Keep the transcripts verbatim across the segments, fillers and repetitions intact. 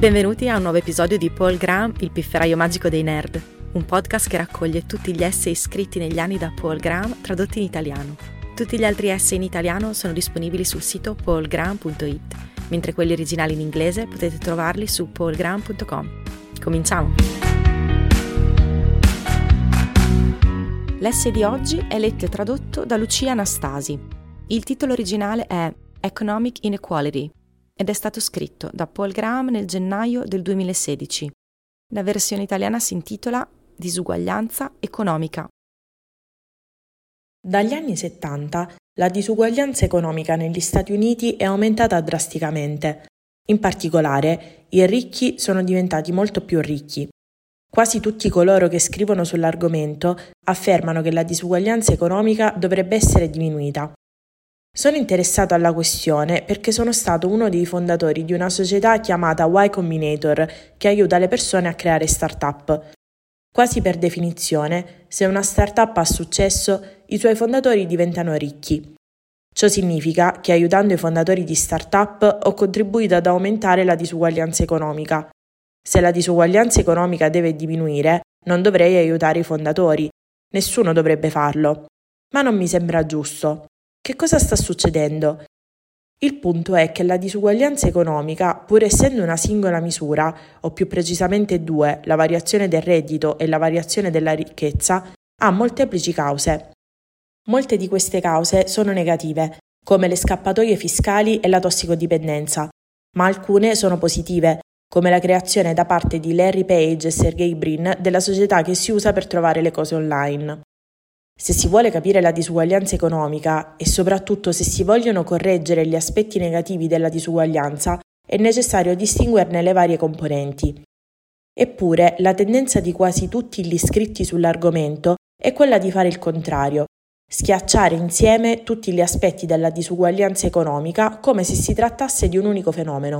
Benvenuti a un nuovo episodio di Paul Graham, il pifferaio magico dei nerd, un podcast che raccoglie tutti gli essay scritti negli anni da Paul Graham tradotti in italiano. Tutti gli altri essay in italiano sono disponibili sul sito paul graham punto it, mentre quelli originali in inglese potete trovarli su paul graham punto com. Cominciamo! L'essay di oggi è letto e tradotto da Lucia Anastasi. Il titolo originale è Economic Inequality ed è stato scritto da Paul Graham nel gennaio del duemilasedici. La versione italiana si intitola Disuguaglianza economica. Dagli anni settanta la disuguaglianza economica negli Stati Uniti è aumentata drasticamente. In particolare, i ricchi sono diventati molto più ricchi. Quasi tutti coloro che scrivono sull'argomento affermano che la disuguaglianza economica dovrebbe essere diminuita. Sono interessato alla questione perché sono stato uno dei fondatori di una società chiamata Y Combinator che aiuta le persone a creare start-up. Quasi per definizione, se una start-up ha successo, i suoi fondatori diventano ricchi. Ciò significa che aiutando i fondatori di start-up ho contribuito ad aumentare la disuguaglianza economica. Se la disuguaglianza economica deve diminuire, non dovrei aiutare i fondatori. Nessuno dovrebbe farlo. Ma non mi sembra giusto. Che cosa sta succedendo? Il punto è che la disuguaglianza economica, pur essendo una singola misura, o più precisamente due, la variazione del reddito e la variazione della ricchezza, ha molteplici cause. Molte di queste cause sono negative, come le scappatoie fiscali e la tossicodipendenza, ma alcune sono positive, come la creazione da parte di Larry Page e Sergey Brin della società che si usa per trovare le cose online. Se si vuole capire la disuguaglianza economica e soprattutto se si vogliono correggere gli aspetti negativi della disuguaglianza, è necessario distinguerne le varie componenti. Eppure, la tendenza di quasi tutti gli scritti sull'argomento è quella di fare il contrario, schiacciare insieme tutti gli aspetti della disuguaglianza economica come se si trattasse di un unico fenomeno.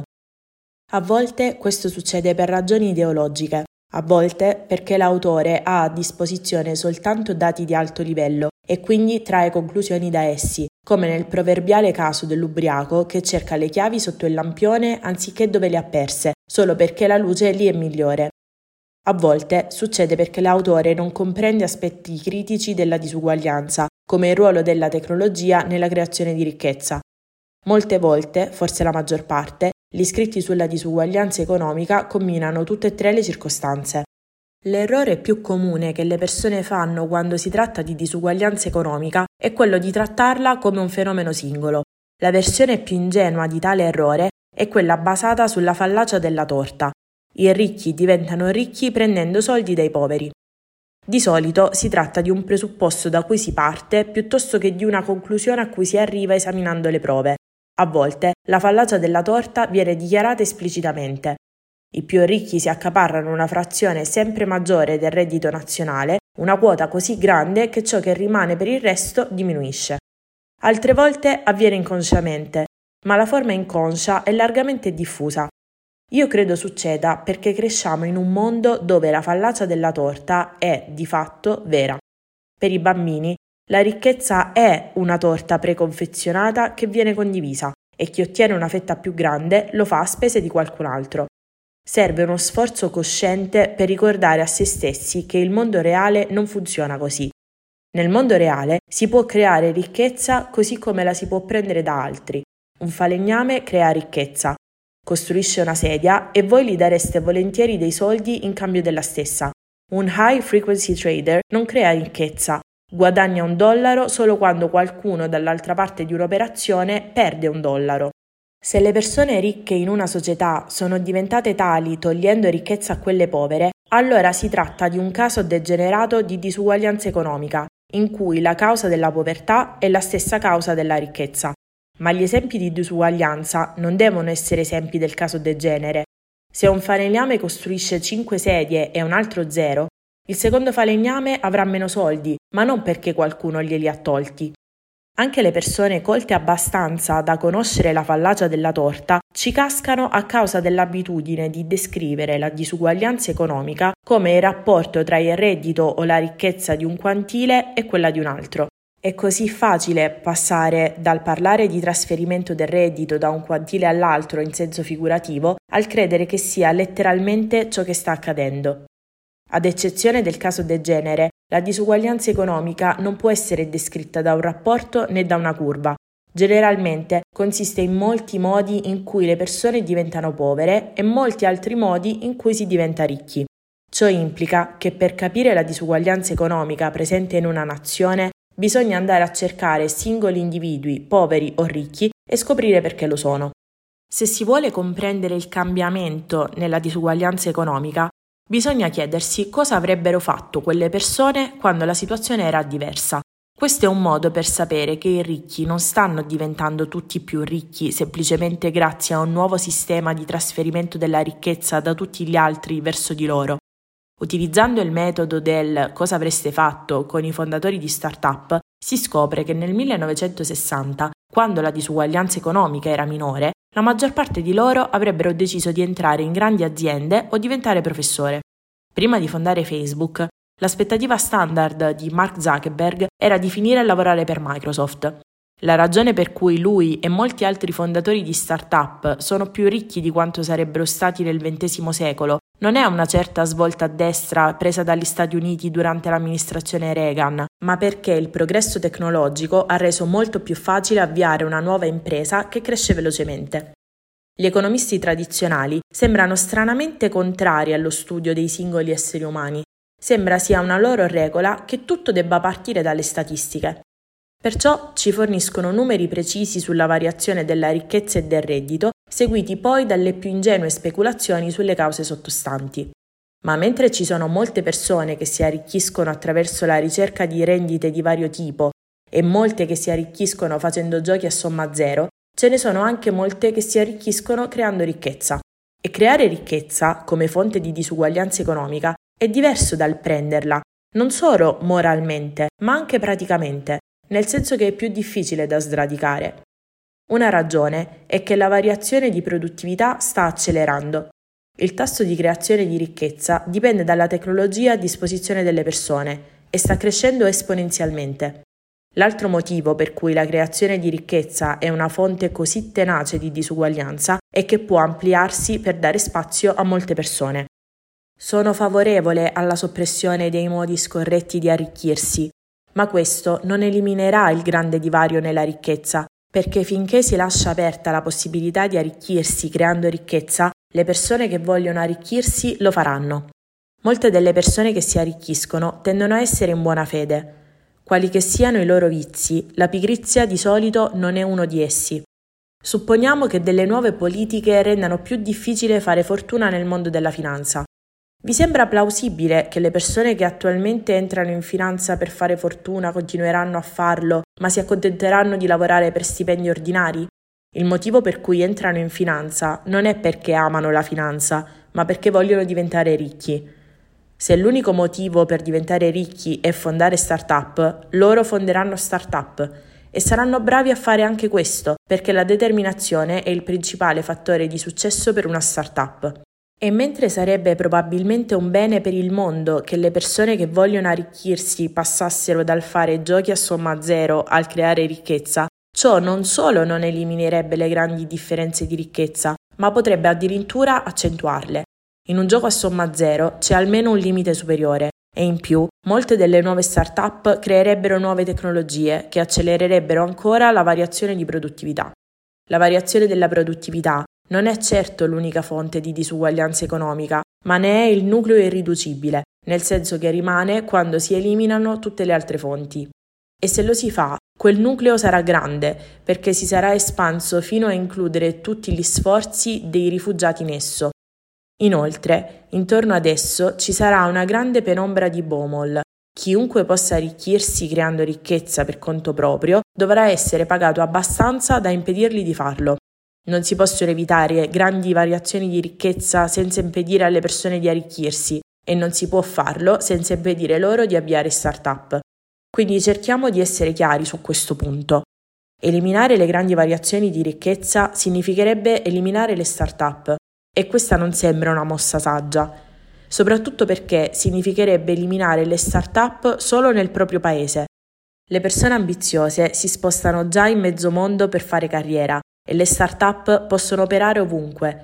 A volte questo succede per ragioni ideologiche. A volte perché l'autore ha a disposizione soltanto dati di alto livello e quindi trae conclusioni da essi, come nel proverbiale caso dell'ubriaco che cerca le chiavi sotto il lampione anziché dove le ha perse, solo perché la luce lì è migliore. A volte succede perché l'autore non comprende aspetti critici della disuguaglianza, come il ruolo della tecnologia nella creazione di ricchezza. Molte volte, forse la maggior parte, gli scritti sulla disuguaglianza economica combinano tutte e tre le circostanze. L'errore più comune che le persone fanno quando si tratta di disuguaglianza economica è quello di trattarla come un fenomeno singolo. La versione più ingenua di tale errore è quella basata sulla fallacia della torta. I ricchi diventano ricchi prendendo soldi dai poveri. Di solito si tratta di un presupposto da cui si parte piuttosto che di una conclusione a cui si arriva esaminando le prove. A volte la fallacia della torta viene dichiarata esplicitamente. I più ricchi si accaparrano una frazione sempre maggiore del reddito nazionale, una quota così grande che ciò che rimane per il resto diminuisce. Altre volte avviene inconsciamente, ma la forma inconscia è largamente diffusa. Io credo succeda perché cresciamo in un mondo dove la fallacia della torta è, di fatto, vera. Per i bambini, la ricchezza è una torta preconfezionata che viene condivisa e chi ottiene una fetta più grande lo fa a spese di qualcun altro. Serve uno sforzo cosciente per ricordare a se stessi che il mondo reale non funziona così. Nel mondo reale si può creare ricchezza così come la si può prendere da altri. Un falegname crea ricchezza, costruisce una sedia e voi gli dareste volentieri dei soldi in cambio della stessa. Un high frequency trader non crea ricchezza. Guadagna un dollaro solo quando qualcuno dall'altra parte di un'operazione perde un dollaro. Se le persone ricche in una società sono diventate tali togliendo ricchezza a quelle povere, allora si tratta di un caso degenerato di disuguaglianza economica, in cui la causa della povertà è la stessa causa della ricchezza. Ma gli esempi di disuguaglianza non devono essere esempi del caso degenere. Se un falegname costruisce cinque sedie e un altro zero, il secondo falegname avrà meno soldi, ma non perché qualcuno glieli ha tolti. Anche le persone colte abbastanza da conoscere la fallacia della torta ci cascano a causa dell'abitudine di descrivere la disuguaglianza economica come il rapporto tra il reddito o la ricchezza di un quantile e quella di un altro. È così facile passare dal parlare di trasferimento del reddito da un quantile all'altro in senso figurativo al credere che sia letteralmente ciò che sta accadendo. Ad eccezione del caso De Genere, la disuguaglianza economica non può essere descritta da un rapporto né da una curva. Generalmente consiste in molti modi in cui le persone diventano povere e molti altri modi in cui si diventa ricchi. Ciò implica che per capire la disuguaglianza economica presente in una nazione bisogna andare a cercare singoli individui, poveri o ricchi, e scoprire perché lo sono. Se si vuole comprendere il cambiamento nella disuguaglianza economica, bisogna chiedersi cosa avrebbero fatto quelle persone quando la situazione era diversa. Questo è un modo per sapere che i ricchi non stanno diventando tutti più ricchi semplicemente grazie a un nuovo sistema di trasferimento della ricchezza da tutti gli altri verso di loro. Utilizzando il metodo del cosa avreste fatto con i fondatori di start-up, si scopre che nel millenovecentosessanta, quando la disuguaglianza economica era minore, la maggior parte di loro avrebbero deciso di entrare in grandi aziende o diventare professore. Prima di fondare Facebook, l'aspettativa standard di Mark Zuckerberg era di finire a lavorare per Microsoft. La ragione per cui lui e molti altri fondatori di start-up sono più ricchi di quanto sarebbero stati nel ventesimo secolo non è una certa svolta a destra presa dagli Stati Uniti durante l'amministrazione Reagan, ma perché il progresso tecnologico ha reso molto più facile avviare una nuova impresa che cresce velocemente. Gli economisti tradizionali sembrano stranamente contrari allo studio dei singoli esseri umani. Sembra sia una loro regola che tutto debba partire dalle statistiche. Perciò ci forniscono numeri precisi sulla variazione della ricchezza e del reddito, seguiti poi dalle più ingenue speculazioni sulle cause sottostanti. Ma mentre ci sono molte persone che si arricchiscono attraverso la ricerca di rendite di vario tipo e molte che si arricchiscono facendo giochi a somma zero, ce ne sono anche molte che si arricchiscono creando ricchezza. E creare ricchezza, come fonte di disuguaglianza economica, è diverso dal prenderla, non solo moralmente, ma anche praticamente, nel senso che è più difficile da sradicare. Una ragione è che la variazione di produttività sta accelerando. Il tasso di creazione di ricchezza dipende dalla tecnologia a disposizione delle persone e sta crescendo esponenzialmente. L'altro motivo per cui la creazione di ricchezza è una fonte così tenace di disuguaglianza è che può ampliarsi per dare spazio a molte persone. Sono favorevole alla soppressione dei modi scorretti di arricchirsi, ma questo non eliminerà il grande divario nella ricchezza, perché finché si lascia aperta la possibilità di arricchirsi creando ricchezza, le persone che vogliono arricchirsi lo faranno. Molte delle persone che si arricchiscono tendono a essere in buona fede. Quali che siano i loro vizi, la pigrizia di solito non è uno di essi. Supponiamo che delle nuove politiche rendano più difficile fare fortuna nel mondo della finanza. Vi sembra plausibile che le persone che attualmente entrano in finanza per fare fortuna continueranno a farlo, ma si accontenteranno di lavorare per stipendi ordinari? Il motivo per cui entrano in finanza non è perché amano la finanza, ma perché vogliono diventare ricchi. Se l'unico motivo per diventare ricchi è fondare start-up, loro fonderanno start-up e saranno bravi a fare anche questo, perché la determinazione è il principale fattore di successo per una start-up. E mentre sarebbe probabilmente un bene per il mondo che le persone che vogliono arricchirsi passassero dal fare giochi a somma zero al creare ricchezza, ciò non solo non eliminerebbe le grandi differenze di ricchezza, ma potrebbe addirittura accentuarle. In un gioco a somma zero c'è almeno un limite superiore e in più molte delle nuove start-up creerebbero nuove tecnologie che accelererebbero ancora la variazione di produttività. La variazione della produttività non è certo l'unica fonte di disuguaglianza economica, ma ne è il nucleo irriducibile, nel senso che rimane quando si eliminano tutte le altre fonti. E se lo si fa, quel nucleo sarà grande, perché si sarà espanso fino a includere tutti gli sforzi dei rifugiati in esso. Inoltre, intorno ad esso ci sarà una grande penombra di Bomol. Chiunque possa arricchirsi creando ricchezza per conto proprio dovrà essere pagato abbastanza da impedirgli di farlo. Non si possono evitare grandi variazioni di ricchezza senza impedire alle persone di arricchirsi e non si può farlo senza impedire loro di avviare start-up. Quindi cerchiamo di essere chiari su questo punto. Eliminare le grandi variazioni di ricchezza significherebbe eliminare le start-up e questa non sembra una mossa saggia, soprattutto perché significherebbe eliminare le start-up solo nel proprio paese. Le persone ambiziose si spostano già in mezzo mondo per fare carriera e le start-up possono operare ovunque.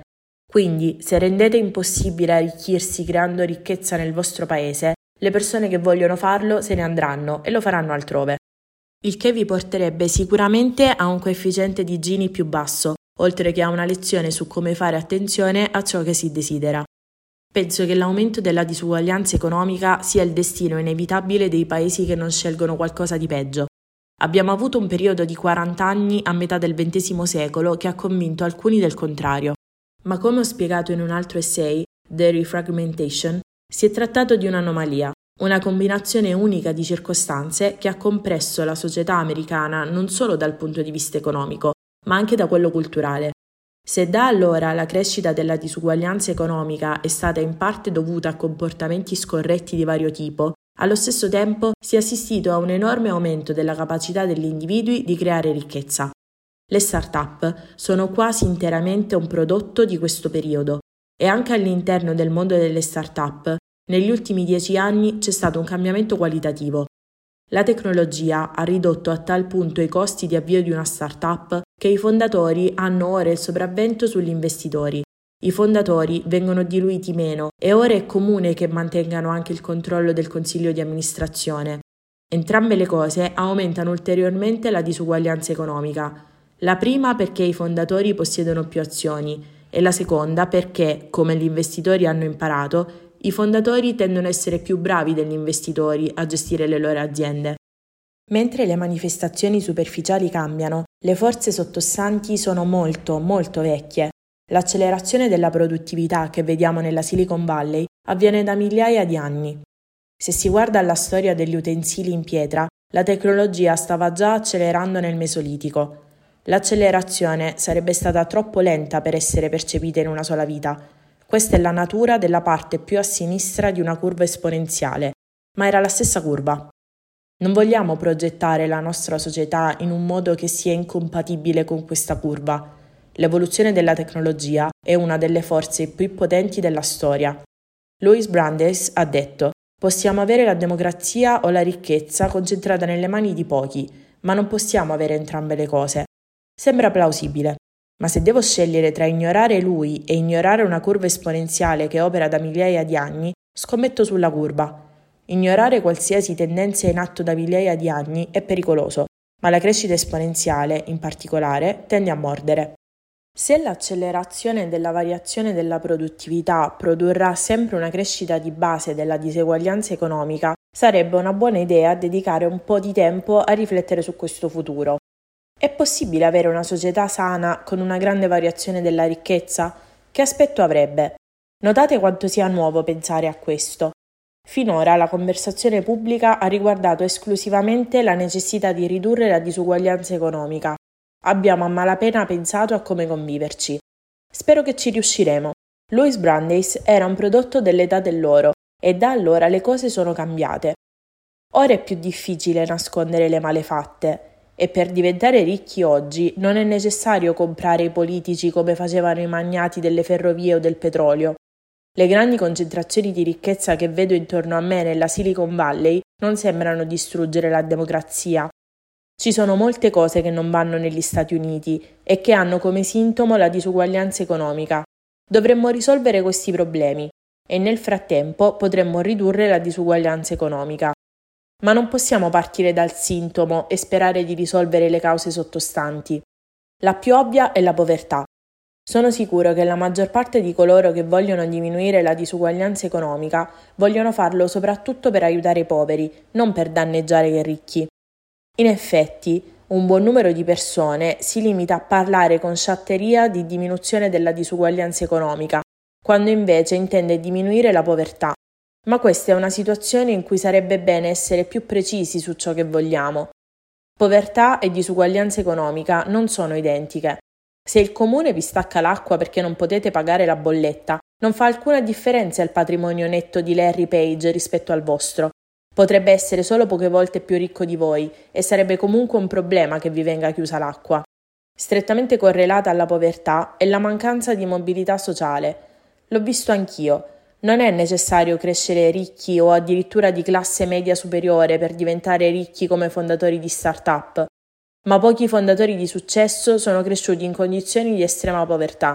Quindi, se rendete impossibile arricchirsi creando ricchezza nel vostro paese, le persone che vogliono farlo se ne andranno e lo faranno altrove. Il che vi porterebbe sicuramente a un coefficiente di Gini più basso, oltre che a una lezione su come fare attenzione a ciò che si desidera. Penso che l'aumento della disuguaglianza economica sia il destino inevitabile dei paesi che non scelgono qualcosa di peggio. Abbiamo avuto un periodo di quaranta anni a metà del ventesimo secolo che ha convinto alcuni del contrario. Ma come ho spiegato in un altro essay, The Refragmentation, si è trattato di un'anomalia, una combinazione unica di circostanze che ha compresso la società americana non solo dal punto di vista economico, ma anche da quello culturale. Se da allora la crescita della disuguaglianza economica è stata in parte dovuta a comportamenti scorretti di vario tipo, allo stesso tempo si è assistito a un enorme aumento della capacità degli individui di creare ricchezza. Le start-up sono quasi interamente un prodotto di questo periodo e anche all'interno del mondo delle start-up negli ultimi dieci anni c'è stato un cambiamento qualitativo. La tecnologia ha ridotto a tal punto i costi di avvio di una start-up che i fondatori hanno ora il sopravvento sugli investitori. I fondatori vengono diluiti meno e ora è comune che mantengano anche il controllo del consiglio di amministrazione. Entrambe le cose aumentano ulteriormente la disuguaglianza economica. La prima perché i fondatori possiedono più azioni e la seconda perché, come gli investitori hanno imparato, i fondatori tendono a essere più bravi degli investitori a gestire le loro aziende. Mentre le manifestazioni superficiali cambiano, le forze sottostanti sono molto, molto vecchie. L'accelerazione della produttività che vediamo nella Silicon Valley avviene da migliaia di anni. Se si guarda alla storia degli utensili in pietra, la tecnologia stava già accelerando nel Mesolitico. L'accelerazione sarebbe stata troppo lenta per essere percepita in una sola vita. Questa è la natura della parte più a sinistra di una curva esponenziale, ma era la stessa curva. Non vogliamo progettare la nostra società in un modo che sia incompatibile con questa curva. L'evoluzione della tecnologia è una delle forze più potenti della storia. Louis Brandeis ha detto: possiamo avere la democrazia o la ricchezza concentrata nelle mani di pochi, ma non possiamo avere entrambe le cose. Sembra plausibile. Ma se devo scegliere tra ignorare lui e ignorare una curva esponenziale che opera da migliaia di anni, scommetto sulla curva. Ignorare qualsiasi tendenza in atto da migliaia di anni è pericoloso, ma la crescita esponenziale, in particolare, tende a mordere. Se l'accelerazione della variazione della produttività produrrà sempre una crescita di base della diseguaglianza economica, sarebbe una buona idea dedicare un po' di tempo a riflettere su questo futuro. È possibile avere una società sana con una grande variazione della ricchezza? Che aspetto avrebbe? Notate quanto sia nuovo pensare a questo. Finora la conversazione pubblica ha riguardato esclusivamente la necessità di ridurre la disuguaglianza economica. Abbiamo a malapena pensato a come conviverci. Spero che ci riusciremo. Louis Brandeis era un prodotto dell'età dell'oro e da allora le cose sono cambiate. Ora è più difficile nascondere le malefatte. E per diventare ricchi oggi non è necessario comprare i politici come facevano i magnati delle ferrovie o del petrolio. Le grandi concentrazioni di ricchezza che vedo intorno a me nella Silicon Valley non sembrano distruggere la democrazia. Ci sono molte cose che non vanno negli Stati Uniti e che hanno come sintomo la disuguaglianza economica. Dovremmo risolvere questi problemi e nel frattempo potremmo ridurre la disuguaglianza economica. Ma non possiamo partire dal sintomo e sperare di risolvere le cause sottostanti. La più ovvia è la povertà. Sono sicuro che la maggior parte di coloro che vogliono diminuire la disuguaglianza economica vogliono farlo soprattutto per aiutare i poveri, non per danneggiare i ricchi. In effetti, un buon numero di persone si limita a parlare con sciatteria di diminuzione della disuguaglianza economica, quando invece intende diminuire la povertà. Ma questa è una situazione in cui sarebbe bene essere più precisi su ciò che vogliamo. Povertà e disuguaglianza economica non sono identiche. Se il comune vi stacca l'acqua perché non potete pagare la bolletta, non fa alcuna differenza il patrimonio netto di Larry Page rispetto al vostro. Potrebbe essere solo poche volte più ricco di voi e sarebbe comunque un problema che vi venga chiusa l'acqua. Strettamente correlata alla povertà è la mancanza di mobilità sociale. L'ho visto anch'io. Non è necessario crescere ricchi o addirittura di classe media superiore per diventare ricchi come fondatori di start-up, ma pochi fondatori di successo sono cresciuti in condizioni di estrema povertà.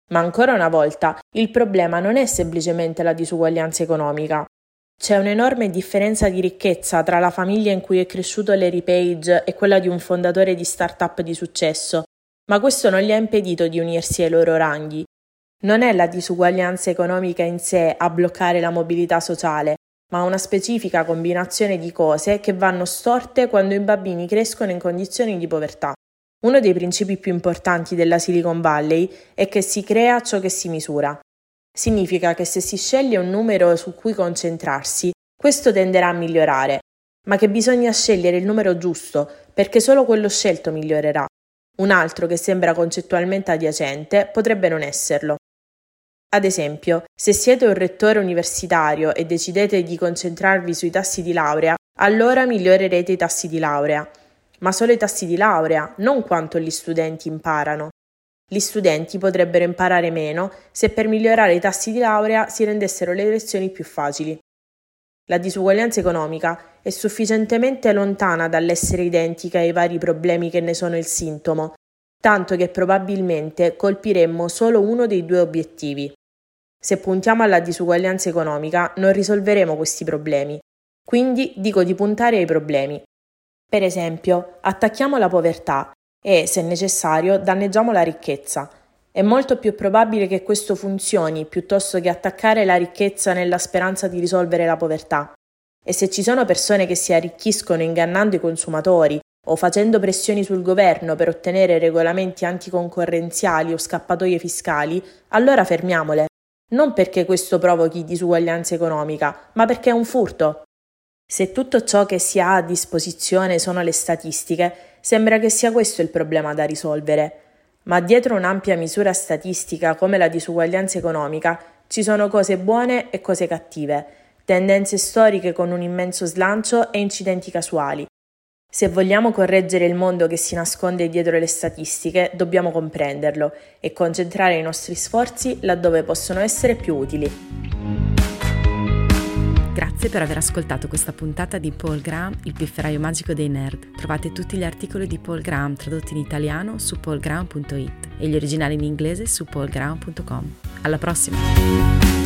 Ma ancora una volta, il problema non è semplicemente la disuguaglianza economica. C'è un'enorme differenza di ricchezza tra la famiglia in cui è cresciuto Larry Page e quella di un fondatore di start-up di successo, ma questo non gli ha impedito di unirsi ai loro ranghi. Non è la disuguaglianza economica in sé a bloccare la mobilità sociale, ma una specifica combinazione di cose che vanno storte quando i bambini crescono in condizioni di povertà. Uno dei principi più importanti della Silicon Valley è che si crea ciò che si misura. Significa che se si sceglie un numero su cui concentrarsi, questo tenderà a migliorare, ma che bisogna scegliere il numero giusto, perché solo quello scelto migliorerà. Un altro che sembra concettualmente adiacente potrebbe non esserlo. Ad esempio, se siete un rettore universitario e decidete di concentrarvi sui tassi di laurea, allora migliorerete i tassi di laurea. Ma solo i tassi di laurea, non quanto gli studenti imparano. Gli studenti potrebbero imparare meno se per migliorare i tassi di laurea si rendessero le lezioni più facili. La disuguaglianza economica è sufficientemente lontana dall'essere identica ai vari problemi che ne sono il sintomo, tanto che probabilmente colpiremmo solo uno dei due obiettivi. Se puntiamo alla disuguaglianza economica non risolveremo questi problemi, quindi dico di puntare ai problemi. Per esempio, attacchiamo la povertà e, se necessario, danneggiamo la ricchezza. È molto più probabile che questo funzioni piuttosto che attaccare la ricchezza nella speranza di risolvere la povertà. E se ci sono persone che si arricchiscono ingannando i consumatori o facendo pressioni sul governo per ottenere regolamenti anticoncorrenziali o scappatoie fiscali, allora fermiamole. Non perché questo provochi disuguaglianza economica, ma perché è un furto. Se tutto ciò che si ha a disposizione sono le statistiche, sembra che sia questo il problema da risolvere. Ma dietro un'ampia misura statistica come la disuguaglianza economica ci sono cose buone e cose cattive, tendenze storiche con un immenso slancio e incidenti casuali. Se vogliamo correggere il mondo che si nasconde dietro le statistiche, dobbiamo comprenderlo e concentrare i nostri sforzi laddove possono essere più utili. Grazie per aver ascoltato questa puntata di Paul Graham, il pifferaio magico dei nerd. Trovate tutti gli articoli di Paul Graham tradotti in italiano su paul graham punto it e gli originali in inglese su paul graham punto com. Alla prossima!